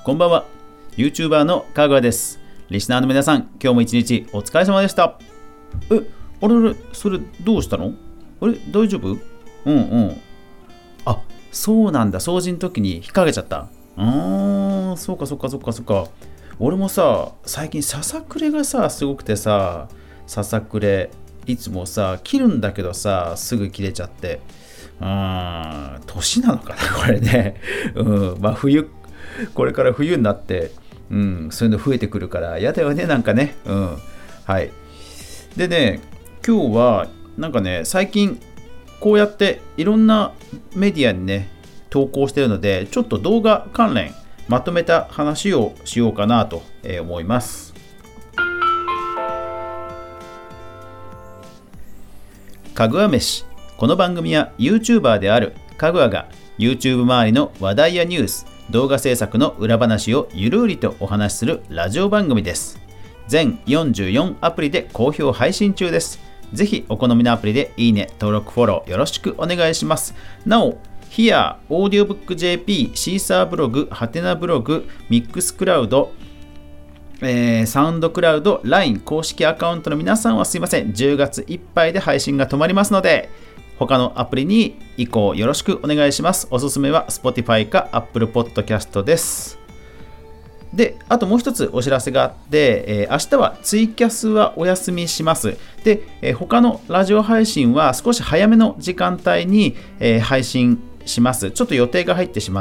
こんばんは。 YouTuber のかぐわです。リスナーの皆さん、今日も一日お疲れ様でした。あれそれどうしたの？大丈夫？あ、そうなんだ。掃除の時に引っ掛けちゃった。そうか。俺もさ、最近ささくれがさすごくてさ、ささくれいつもさ切るんだけどさ、すぐ切れちゃって、年なのかなこれね。これから冬になって、そういうの増えてくるから嫌だよね、なんかね。はい。でね、今日はなんかね、最近こうやっていろんなメディアにね投稿してるので、ちょっと動画関連まとめた話をしようかなと思います。かぐわ飯。この番組は YouTuber であるかぐわが YouTube 周りの話題やニュース、動画制作の裏話をゆるりとお話しするラジオ番組です。全44アプリで好評配信中です。ぜひお好みのアプリでいいね、登録、フォローよろしくお願いします。なお、Here、Audiobook JP、シーサーブログ、ハテナブログ、ミックスクラウド、サウンドクラウド、LINE 公式アカウントの皆さんはすいません、10月いっぱいで配信が止まりますので、他のアプリに移行よろしくお願いします。おすすめは Spotify か Apple Podcast です。で、あともう一つお知らせがあって、明日はツイキャスはお休みします。で、他のラジオ配信は少し早めの時間帯に、配信します。ちょっと予定が入ってしまって、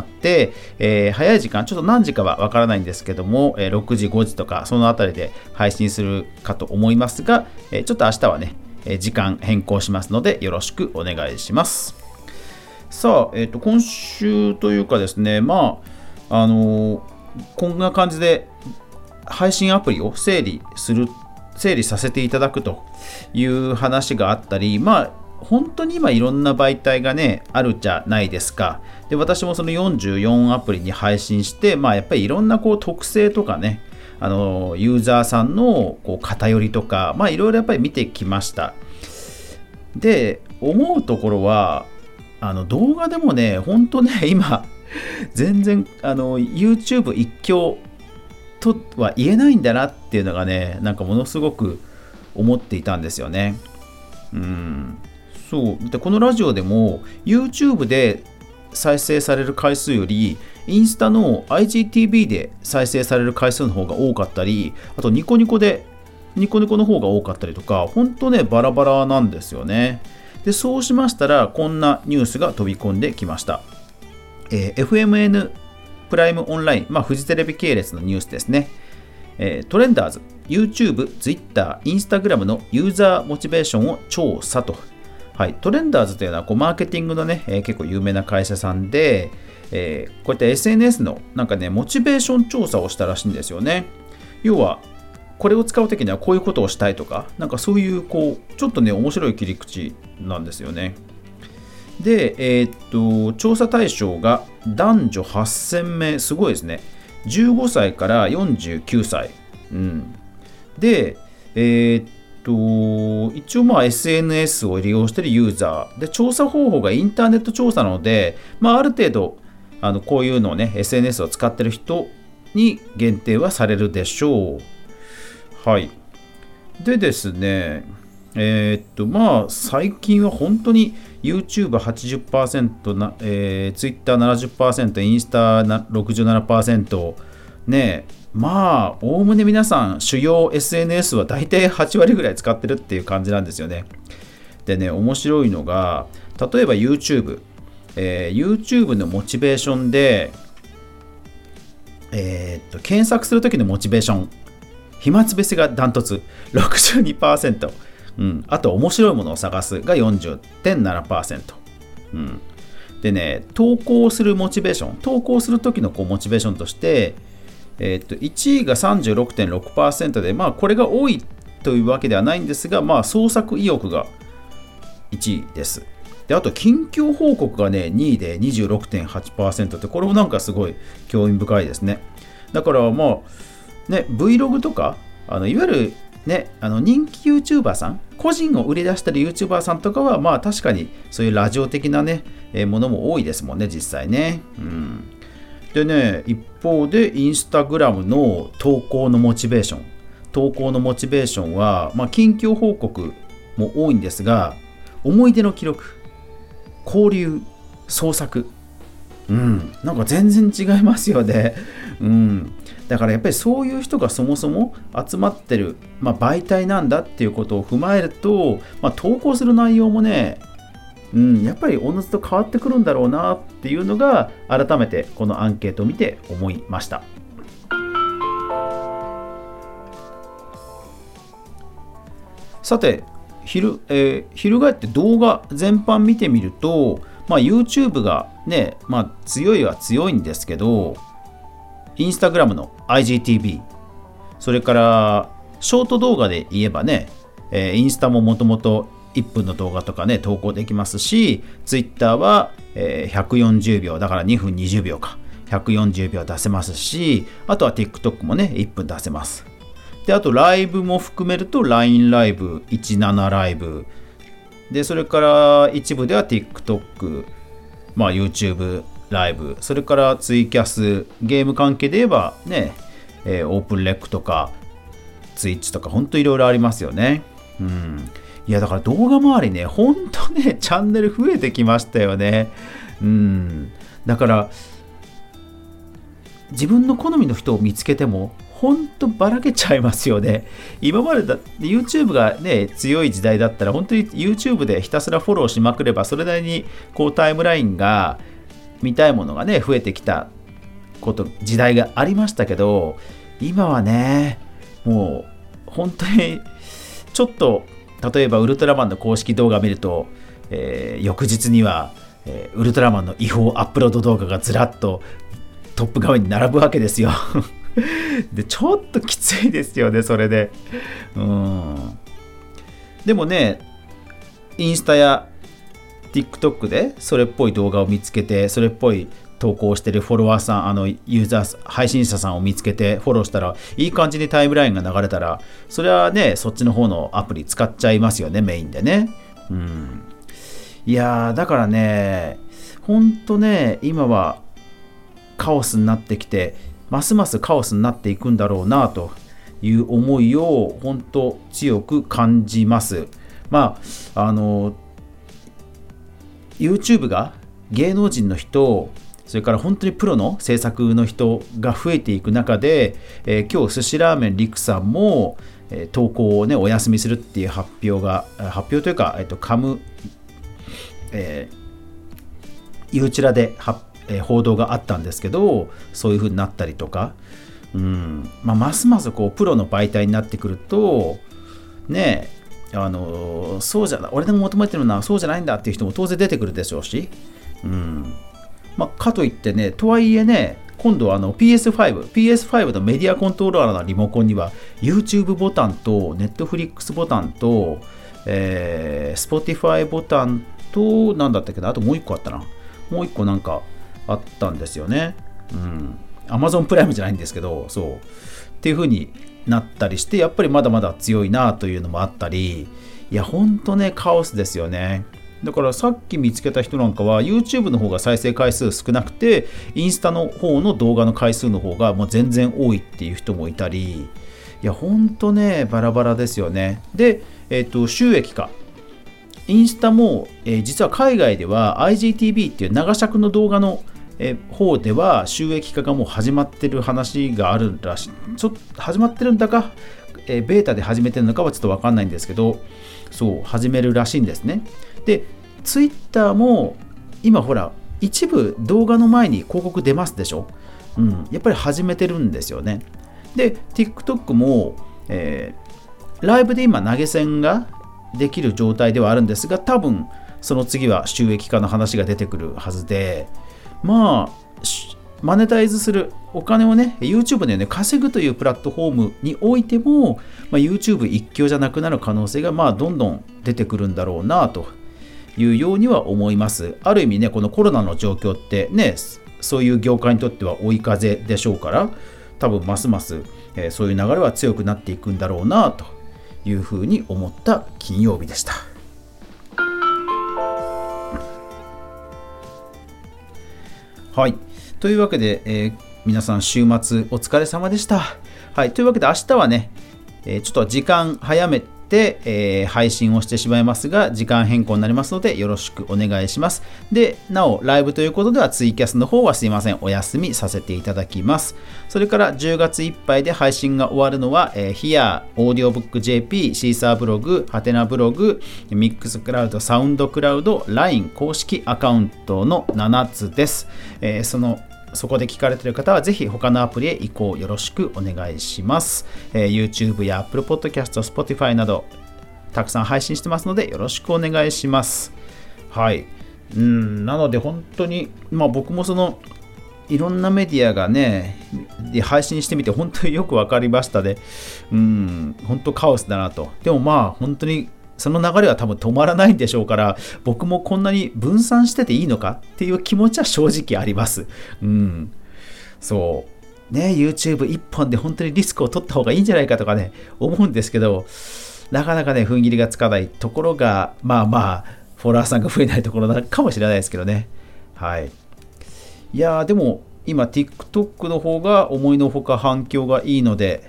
早い時間、ちょっと何時かはわからないんですけども、6時、5時とかそのあたりで配信するかと思いますが、ちょっと明日はね、時間変更しますのでよろしくお願いします。さあ、今週というかですね、こんな感じで配信アプリを整理させていただくという話があったり、本当に今いろんな媒体がねあるじゃないですか。で、私もその44アプリに配信して、やっぱりいろんな特性とかね、ユーザーさんの偏りとか、いろいろやっぱり見てきました。で、思うところは動画でもね、本当ね、今全然YouTube 一強とは言えないんだなっていうのがね、なんかものすごく思っていたんですよね。そうで、このラジオでも YouTube で再生される回数よりインスタの IGTV で再生される回数の方が多かったり、あとニコニコの方が多かったりとか、本当ねバラバラなんですよね。で、そうしましたらこんなニュースが飛び込んできました。FMN プライムオンライン、フジテレビ系列のニュースですね。トレンダーズ、YouTube、Twitter、Instagram のユーザーモチベーションを調査と。はい、トレンダーズというのはマーケティングのね、結構有名な会社さんで、こうやって SNS のなんかねモチベーション調査をしたらしいんですよね。要はこれを使うときにはこういうことをしたいとか、なんかそういうちょっとね面白い切り口なんですよね。で、調査対象が男女8000名、すごいですね。15歳から49歳。で、一応SNS を利用しているユーザーで、調査方法がインターネット調査なので、ある程度こういうのをね SNS を使っている人に限定はされるでしょう。はい。でですね、最近は本当に YouTube80%、Twitter70%、インスタ67%ね、おおむね皆さん主要 SNS は大体8割ぐらい使ってるっていう感じなんですよね。でね、面白いのが、例えば YouTube、YouTube のモチベーションで、検索するときのモチベーション、暇つぶしがダントツ 62%、あと面白いものを探すが 40.7%、でね、投稿するモチベーション、投稿するときのモチベーションとして、1位が 36.6% で、これが多いというわけではないんですが、創作意欲が1位です。で、あと近況報告がね2位で 26.8% って、これもなんかすごい興味深いですね。だからVlog とかいわゆるね、人気 YouTuber さん、個人を売り出してる YouTuber さんとかは確かにそういうラジオ的なね、ものも多いですもんね、実際ね。 でね、一方でインスタグラムの投稿のモチベーションは、近況報告も多いんですが、思い出の記録、交流、創作、なんか全然違いますよね。だからやっぱりそういう人がそもそも集まってる、媒体なんだっていうことを踏まえると、投稿する内容もね、やっぱりおのずと変わってくるんだろうなっていうのが、改めてこのアンケートを見て思いました。さて、翻って動画全般見てみると、YouTube がね、強いは強いんですけど、インスタグラムの IGTV、 それからショート動画で言えばね、インスタももともと1分の動画とかね投稿できますし、Twitter は140秒だから2分20秒か140秒出せますし、あとは TikTok もね1分出せます。で、あとライブも含めると LINE ライブ、17ライブで、それから一部では TikTok、YouTube ライブ、それからツイキャス、ゲーム関係で言えばね、オープンレックとかツイッチとかほんといろいろありますよね。いやだから動画周りね、ほんとねチャンネル増えてきましたよね。だから自分の好みの人を見つけてもほんとばらけちゃいますよね。今までだって YouTube がね強い時代だったら、本当に YouTube でひたすらフォローしまくればそれなりにこうタイムラインが見たいものがね増えてきた時代がありましたけど、今はねもう本当にちょっと、例えばウルトラマンの公式動画を見ると、翌日には、ウルトラマンの違法アップロード動画がずらっとトップ画面に並ぶわけですよ。でちょっときついですよね、それで。でもね、インスタや TikTok でそれっぽい動画を見つけて、それっぽい投稿してるフォロワーさん、ユーザー配信者さんを見つけてフォローしたら、いい感じにタイムラインが流れたら、それはねそっちの方のアプリ使っちゃいますよね、メインでね。いやだからね、ほんとね今はカオスになってきて、ますますカオスになっていくんだろうなという思いを本当強く感じます。YouTube が芸能人の人、それから本当にプロの制作の人が増えていく中で、今日寿司ラーメンリクさんも、投稿をねお休みするっていう発表というか、ユーチュラで報道があったんですけど、そういう風になったりとか、ますますこうプロの媒体になってくるとね、そうじゃない、俺でも求めてるのはそうじゃないんだっていう人も当然出てくるでしょうし、かといってね、とはいえね、今度はPS5 のメディアコントローラーのリモコンには YouTube ボタンと Netflix ボタンと、Spotify ボタンとなんだったっけな、あともう一個あったな、もう一個なんかあったんですよね。Amazon プライムじゃないんですけど、そうっていう風になったりして、やっぱりまだまだ強いなというのもあったり、いやほんとねカオスですよね。だからさっき見つけた人なんかは YouTube の方が再生回数少なくて、インスタの方の動画の回数の方がもう全然多いっていう人もいたり、いやほんとねバラバラですよね。で、収益化、インスタも、実は海外では IGTV っていう長尺の動画の方では収益化がもう始まってる話があるらしい。ちょっと始まってるんだか、ベータで始めてるのかはちょっと分かんないんですけど、そう始めるらしいんですね。で、ツイッターも今ほら一部動画の前に広告出ますでしょ。やっぱり始めてるんですよね。で、TikTok も、ライブで今投げ銭ができる状態ではあるんですが、多分その次は収益化の話が出てくるはずで、マネタイズするお金をね YouTube でね稼ぐというプラットフォームにおいても、YouTube 一強じゃなくなる可能性がどんどん出てくるんだろうなというようには思います。ある意味ね、このコロナの状況ってね、そういう業界にとっては追い風でしょうから、多分ますます、そういう流れは強くなっていくんだろうなというふうに思った金曜日でした。はい。とというわけで、皆さん週末お疲れ様でした。はい、というわけで明日はね、ちょっと時間早めて、配信をしてしまいますが、時間変更になりますのでよろしくお願いします。で、なおライブということではツイキャスの方はすいません、お休みさせていただきます。それから10月いっぱいで配信が終わるのは、Here、オーディオブック JP、シーサーブログ、ハテナブログ、ミックスクラウド、サウンドクラウド、LINE 公式アカウントの7つです。そこで聞かれている方はぜひ他のアプリへ移行よろしくお願いします。YouTube や Apple Podcast、Spotify などたくさん配信してますのでよろしくお願いします。はい。なので本当に、僕もいろんなメディアがね、配信してみて本当によく分かりましたね。本当カオスだなと。でも本当にその流れは多分止まらないんでしょうから、僕もこんなに分散してていいのかっていう気持ちは正直あります。そうね、YouTube 一本で本当にリスクを取った方がいいんじゃないかとかね思うんですけど、なかなかね踏ん切りがつかないところがフォロワーさんが増えないところなのかもしれないですけどね。はい。いやでも今 TikTok の方が思いのほか反響がいいので、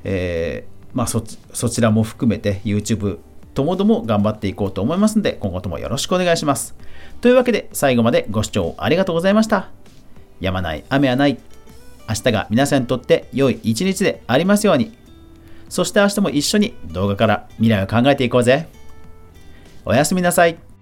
そちらも含めて YouTubeともども頑張っていこうと思いますので、今後ともよろしくお願いします。というわけで最後までご視聴ありがとうございました。やまない雨はない。明日が皆さんにとって良い一日でありますように。そして明日も一緒に動画から未来を考えていこうぜ。おやすみなさい。